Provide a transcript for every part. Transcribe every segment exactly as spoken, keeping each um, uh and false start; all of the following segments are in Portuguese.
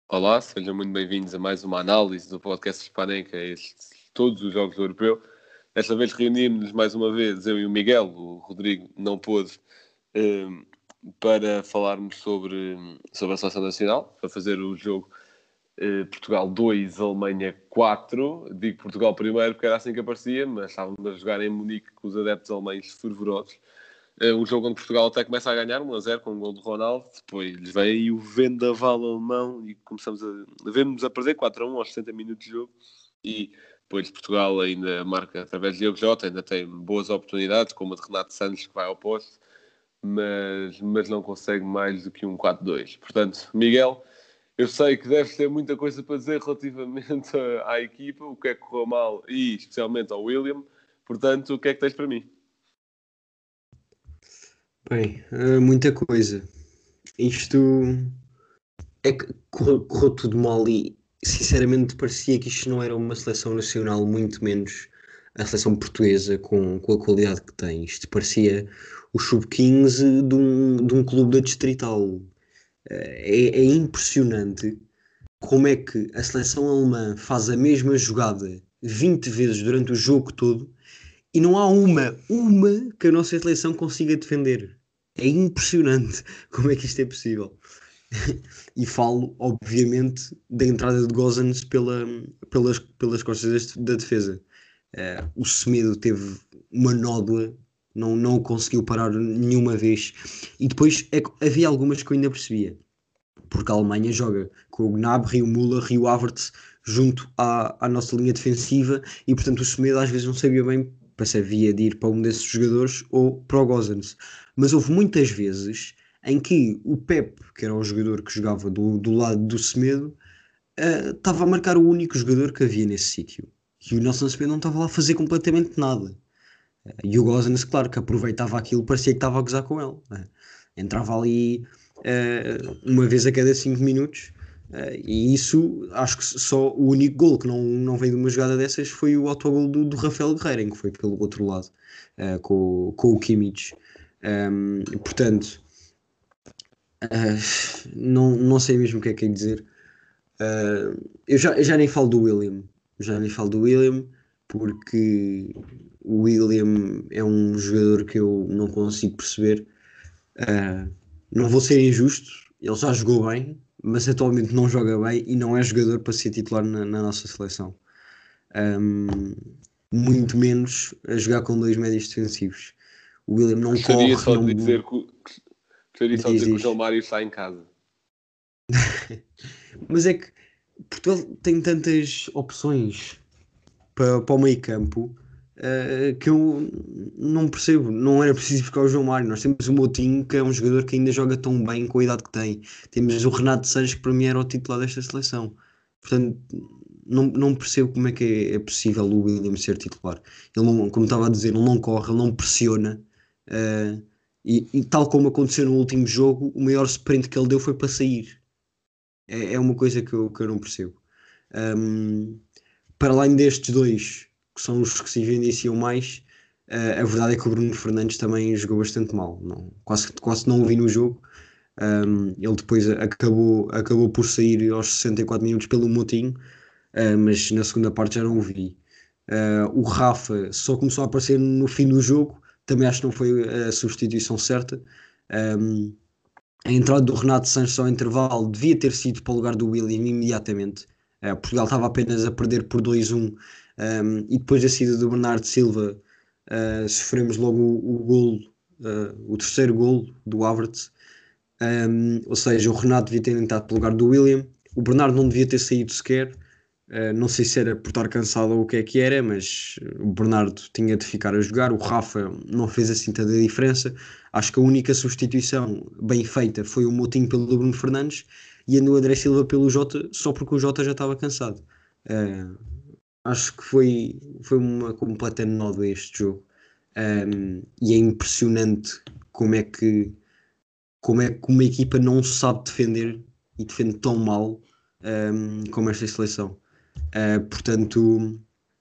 Olá, sejam muito bem-vindos a mais uma análise do podcast Hispaneca, estes, todos os jogos do Europeu. Desta vez reunimos-nos mais uma vez, eu e o Miguel, o Rodrigo não pôde, eh, para falarmos sobre, sobre a Seleção Nacional, para fazer o jogo eh, Portugal dois, Alemanha quatro. Digo Portugal primeiro porque era assim que aparecia, mas estávamos a jogar em Munique com os adeptos alemães fervorosos. Uh, um jogo onde Portugal até começa a ganhar um a zero com o gol do Ronaldo, depois vem aí o vendaval alemão e começamos a vemos a perder quatro a um aos sessenta minutos de jogo, e depois Portugal ainda marca através de Diogo Jota, ainda tem boas oportunidades, como a de Renato Sanches, que vai ao poste, mas, mas não consegue mais do que um quatro dois. Portanto, Miguel, eu sei que deves ter muita coisa para dizer relativamente à, à equipa, o que é que correu mal e especialmente ao William. Portanto, o que é que tens para mim? Bem, uh, muita coisa. Isto é que correu, correu tudo mal e sinceramente parecia que isto não era uma seleção nacional, muito menos a seleção portuguesa com, com a qualidade que tem. Isto parecia o sub quinze de um, de um clube da Distrital. Uh, é, é impressionante como é que a seleção alemã faz a mesma jogada vinte vezes durante o jogo todo e não há uma, uma que a nossa seleção consiga defender. É impressionante como é que isto é possível. E falo, obviamente, da entrada de Gosens pela, pelas, pelas costas deste- da defesa. Eh, o Semedo teve uma nódoa, não, não o conseguiu parar nenhuma vez. E depois é que havia algumas que eu ainda percebia, porque a Alemanha joga com o Gnabry, o Müller e o Havertz junto à, à nossa linha defensiva, e portanto o Semedo às vezes não sabia bem se havia de ir para um desses jogadores ou para o Gosens. Mas houve muitas vezes em que o Pep, que era o jogador que jogava do, do lado do Semedo, eh, estava a marcar o único jogador que havia nesse sítio. E o Nelson Semedo não estava lá a fazer completamente nada. E o Gosens, claro, que aproveitava aquilo, parecia que estava a gozar com ele, né? Entrava ali uh, uma vez a cada cinco minutos, uh, e isso, acho que só o único gol que não, não veio de uma jogada dessas foi o autogol do, do Rafael Guerreiro, em que foi pelo outro lado, uh, com, com o Kimmich. Um, portanto, uh, não, não sei mesmo o que é que é dizer. Uh, eu, já, eu já nem falo do William, já nem falo do William, porque o William é um jogador que eu não consigo perceber. Uh, não vou ser injusto, ele já jogou bem, mas atualmente não joga bem e não é jogador para ser titular na, na nossa seleção. Um, muito menos a jogar com dois médios defensivos. O William não Gostaria corre, só não de dizer que, gostaria só de diz, dizer que o João diz. Mário está em casa. Mas é que Portugal tem tantas opções para, para o meio campo, uh, que eu não percebo. Não era preciso ficar o João Mário. Nós temos o Moutinho, que é um jogador que ainda joga tão bem com a idade que tem. Temos o Renato Sanches, que para mim era o titular desta seleção. Portanto, não, não percebo como é que é, é possível o William ser titular. Ele não, como estava a dizer, ele não corre, ele não pressiona. uh, e, e tal como aconteceu no último jogo, o maior sprint que ele deu foi para sair. É, é uma coisa que eu, que eu não percebo. Um, para além destes dois, que são os que se evidenciam mais, uh, a verdade é que o Bruno Fernandes também jogou bastante mal. Não, quase, quase não o vi no jogo. Um, ele depois acabou, acabou por sair aos sessenta e quatro minutos pelo Moutinho, uh, mas na segunda parte já não o vi. Uh, o Rafa só começou a aparecer no fim do jogo, também acho que não foi a substituição certa. Um, a entrada do Renato Sanches ao intervalo devia ter sido para o lugar do William imediatamente. Uh, Portugal estava apenas a perder por dois a um, um, e depois da saída do Bernardo Silva, uh, sofremos logo o, o golo, uh, o terceiro golo do Havertz. Um, ou seja, o Renato devia ter entrado para o lugar do William. O Bernardo não devia ter saído sequer. Uh, não sei se era por estar cansado ou o que é que era, mas o Bernardo tinha de ficar a jogar. O Rafa não fez assim tanta diferença. Acho que a única substituição bem feita foi o Moutinho pelo Bruno Fernandes e a do André Silva pelo Jota, só porque o Jota já estava cansado. Uh, acho que foi, foi uma completa nódoa este jogo. Um, e é impressionante como é que como é que uma equipa não sabe defender e defende tão mal, um, como esta seleção. Uh, portanto,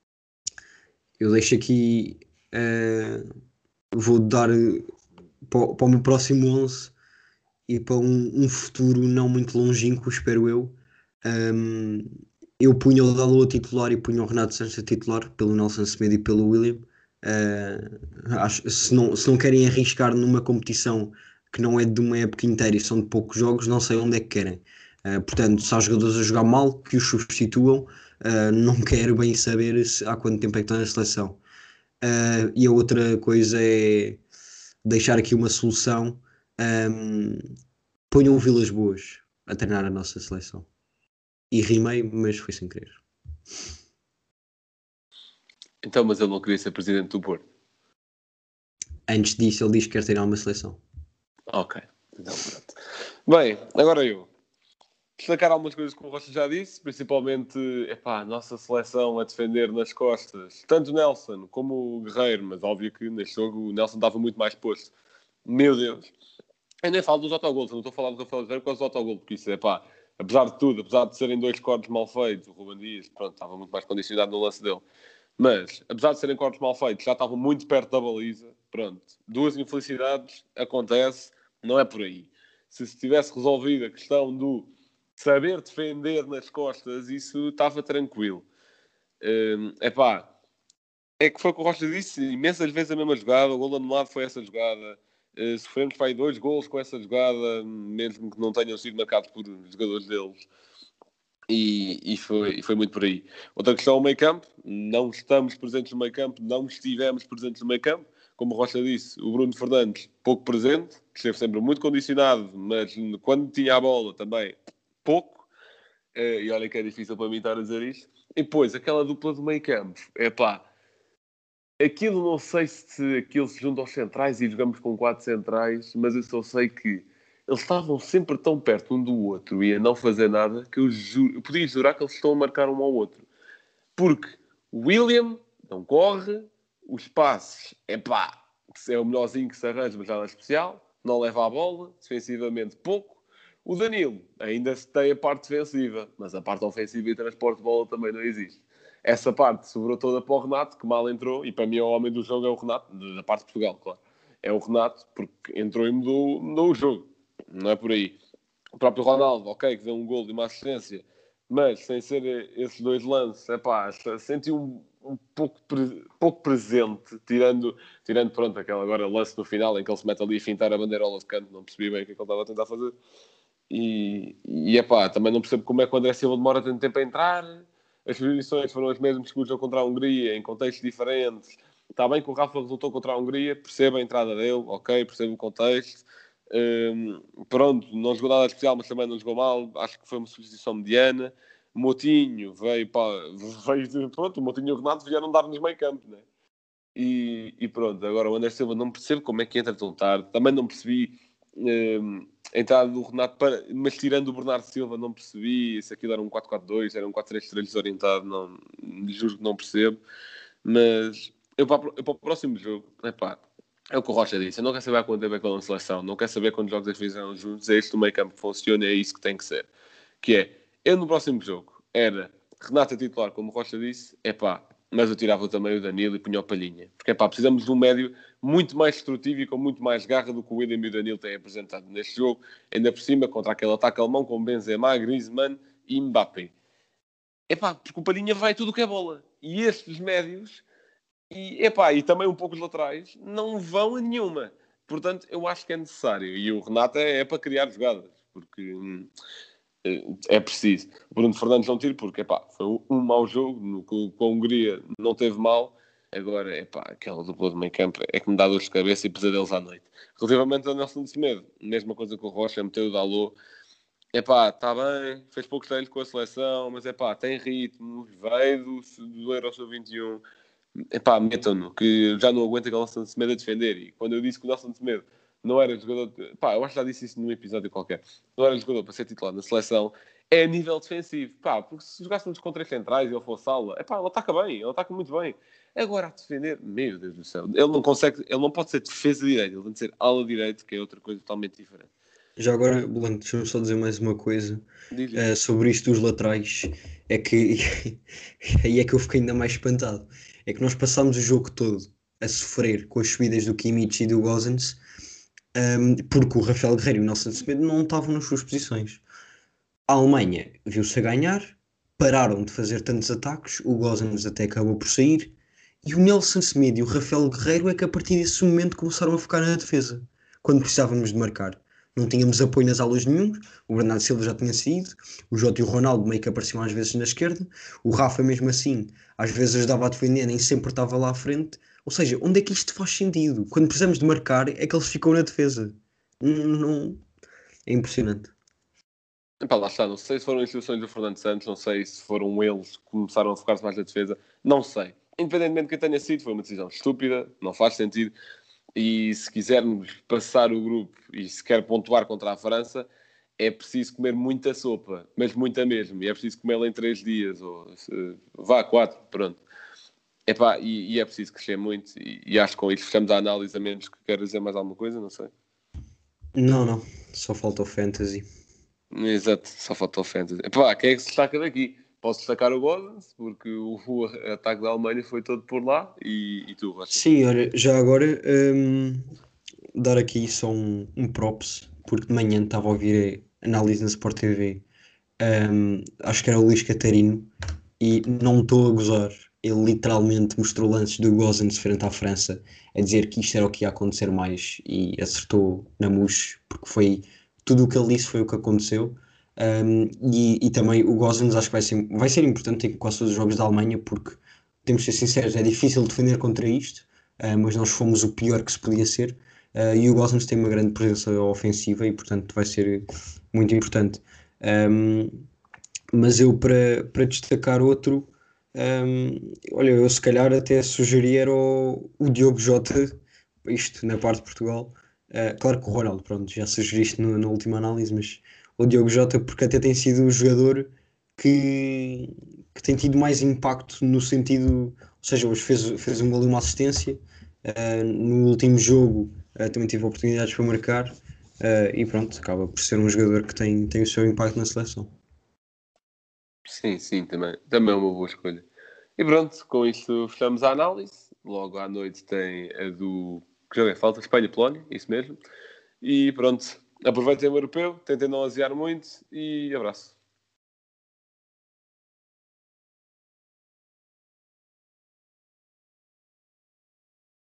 eu deixo aqui, uh, vou dar para, para o meu próximo onze e para um, um futuro não muito longínquo, espero eu. Um, eu punho o Dalot a titular e punho o Renato Sanches a titular pelo Nelson Semedo e pelo William. Uh, acho, se, não, se não querem arriscar numa competição que não é de uma época inteira e são de poucos jogos, não sei onde é que querem. Uh, portanto, se há jogadores a jogar mal, que os substituam. Uh, não quero bem saber se, há quanto tempo é que estão na seleção. Uh, e a outra coisa é deixar aqui uma solução. Um, ponham o Vilas Boas a treinar a nossa seleção. E rimei, mas foi sem querer. Então, mas ele não queria ser presidente do Porto. Antes disso, ele diz que quer treinar uma seleção. Ok. Então, pronto. Bem, agora eu. Destacar algumas coisas que o Rocha já disse, principalmente, epá, a nossa seleção a defender nas costas, tanto o Nelson como o Guerreiro, mas óbvio que neste jogo o Nelson estava muito mais posto. Meu Deus. Eu nem falo dos autogolos, eu não estou a falar do Rafael Guerreiro por causa do autogol, porque isso é pá, apesar de tudo, apesar de serem dois cortes mal feitos, o Ruben Dias, pronto, estava muito mais condicionado no lance dele. Mas, apesar de serem cortes mal feitos, já estavam muito perto da baliza, pronto. Duas infelicidades, acontece, não é por aí. Se se tivesse resolvido a questão do saber defender nas costas, isso estava tranquilo. É um, pá, é que foi o que o Rocha disse, imensas vezes a mesma jogada, o gol anulado foi essa jogada, uh, sofremos para aí dois gols com essa jogada, mesmo que não tenham sido marcados por jogadores deles. E, e, foi, e foi muito por aí. Outra questão, o meio campo. Não estamos presentes no meio campo, não estivemos presentes no meio campo. Como o Rocha disse, o Bruno Fernandes, pouco presente, esteve sempre muito condicionado, mas quando tinha a bola também, pouco. Uh, e olha que é difícil para mim estar a dizer isto. E depois, aquela dupla do meio campo. É pá, aquilo não sei se aquilo se junta aos centrais e jogamos com quatro centrais, mas eu só sei que eles estavam sempre tão perto um do outro e a não fazer nada que eu, juro, eu podia jurar que eles estão a marcar um ao outro. Porque o William não corre, os passes, é pá, é o melhorzinho que se arranja, mas nada especial, não leva a bola, defensivamente pouco. O Danilo ainda tem a parte defensiva, mas a parte ofensiva e transporte de bola também não existe. Essa parte sobrou toda para o Renato, que mal entrou, e para mim o homem do jogo é o Renato, da parte de Portugal, claro. É o Renato, porque entrou e mudou, mudou o jogo. Não é por aí. O próprio Ronaldo, ok, que deu um gol e uma assistência, mas sem ser esses dois lances, é pá, senti um, um pouco, pre, pouco presente, tirando, tirando, pronto, aquele agora lance no final em que ele se mete ali a fintar a bandeirola de canto, não percebi bem o que, é que ele estava a tentar fazer. E, e é pá, também não percebo como é que o André Silva demora tanto tempo a entrar. As posições foram as mesmas que o jogo contra a Hungria, em contextos diferentes. Está bem que o Rafa resultou contra a Hungria, percebo a entrada dele, ok, percebo o contexto. Um, pronto, não jogou nada especial, mas também não jogou mal. Acho que foi uma substituição mediana. Motinho veio para. Veio, pronto, o Motinho e o Renato vieram dar-nos meio campo, né? E, e pronto, agora o André Silva não percebo como é que entra tão tarde. Também não percebi um, a entrada do Renato, para, mas tirando o Bernardo Silva, não percebi se aquilo era um quatro quatro dois, era um quatro três três desorientado. Não, juro que não percebo. Mas eu para, eu para o próximo jogo, epá, é o que o Rocha disse. Eu não quero saber há quanto tempo é que ele na seleção. Não quero saber quantos jogos eles fizeram juntos. É isto do meio campo que funciona. É isso que tem que ser. Que é, eu no próximo jogo era Renato a titular, como o Rocha disse. É pá, mas eu tirava também o Danilo e punha o Palhinha. Porque é pá, precisamos de um médio muito mais destrutivo e com muito mais garra do que o William e o Danilo têm apresentado neste jogo. Ainda por cima, contra aquele ataque alemão com Benzema, Griezmann e Mbappé. É pá, porque o Palhinha vai tudo o que é bola. E estes médios... E, epá, e também um pouco os laterais não vão a nenhuma. Portanto, eu acho que é necessário. E o Renato é, é para criar jogadas. Porque hum, é preciso. O Bruno Fernandes não tira porque, epá, foi um, um mau jogo. No, com, com a Hungria não teve mal. Agora, epá, aquela dupla de meio campo é que me dá dor de cabeça e pesadelos à noite. Relativamente ao Nelson de Semedo, mesma coisa com o Rocha, meteu o Dalot. Epá, está bem, fez poucos treinos com a seleção, mas epá, tem ritmo, veio do, do Euro sub vinte e um. Epá, metam-no, que já não aguento aquele Nelson de Semedo a defender. E quando eu disse que o Nelson de Semedo não era jogador... De... Pá, eu acho que já disse isso num episódio qualquer. Não era jogador para ser titular na seleção. É a nível defensivo. Pá, porque se jogássemos com três centrais e ele fosse ala, epá, ele ataca bem, ele ataca muito bem. Agora, a defender, meu Deus do céu, ele não consegue, ele não pode ser defesa direita, ele tem de ser ala direito, que é outra coisa totalmente diferente. Já agora, Blanco, deixa-me só dizer mais uma coisa Diz, uh, diz. sobre isto dos laterais. É que aí é que eu fiquei ainda mais espantado. É que nós passámos o jogo todo a sofrer com as subidas do Kimmich e do Gosens, um, porque o Rafael Guerreiro e o Nelson Semedo não estavam nas suas posições. A Alemanha viu-se a ganhar, pararam de fazer tantos ataques, o Gosens até acabou por sair, e o Nelson Semedo e o Rafael Guerreiro é que a partir desse momento começaram a focar na defesa, quando precisávamos de marcar. Não tínhamos apoio nas aulas nenhum, o Bernardo Silva já tinha saído, o Jota e o Ronaldo meio que apareciam às vezes na esquerda, o Rafa mesmo assim, às vezes ajudava a defender, nem sempre estava lá à frente. Ou seja, onde é que isto faz sentido? Quando precisamos de marcar, é que eles ficam na defesa. Não, não- É impressionante. Epá, lá está, não sei se foram instruções do Fernando Santos, não sei se foram eles que começaram a focar-se mais na defesa, não sei. Independentemente de que tenha sido, foi uma decisão estúpida, não faz sentido. E se quisermos passar o grupo e se quer pontuar contra a França, é preciso comer muita sopa, mas muita mesmo. E é preciso comê-la em três dias, ou se, vá, quatro, pronto. Epá, e, e é preciso crescer muito. E, e acho que com isso fechamos a análise, a menos que queira dizer mais alguma coisa, não sei. Não, não, só falta o fantasy. Exato, só falta o fantasy. Epá, quem é que se destaca daqui? Posso destacar o Gosens, porque o, o ataque da Alemanha foi todo por lá. E, e tu, Rocha? Sim, olha, já agora hum, dar aqui só um, um props, porque de manhã estava a ouvir a análise na Sport T V. Hum, acho que era o Luís Catarino, e não estou a gozar. Ele literalmente mostrou lances do Gosens frente à França, a dizer que isto era o que ia acontecer mais, e acertou na mousse, porque foi tudo o que ele disse foi o que aconteceu. Um, e, e também o Gosens acho que vai ser, vai ser importante em quase todos os jogos da Alemanha, porque temos de ser sinceros, é difícil defender contra isto, uh, mas nós fomos o pior que se podia ser. Uh, e o Gosens tem uma grande presença ofensiva e, portanto, vai ser muito importante. Um, mas eu, para, para destacar outro, hum, olha, eu se calhar até sugeria era o, o Diogo Jota, isto na parte de Portugal. Uh, claro que o Ronaldo, pronto, já sugeriste no- na última análise, mas o Diogo Jota, porque até tem sido o jogador que, que tem tido mais impacto no sentido, ou seja, hoje fez, fez um gol e uma assistência. Uh, no último jogo, uh, também tive oportunidades para marcar. Uh, e pronto, acaba por ser um jogador que tem, tem o seu impacto na seleção. Sim, sim, também. Também é uma boa escolha. E pronto, com isto fechamos a análise. Logo à noite tem a do... Que jogo é? Falta Espanha-Polónia, isso mesmo. E pronto, aproveitem o europeu, tentem não aziar muito e abraço.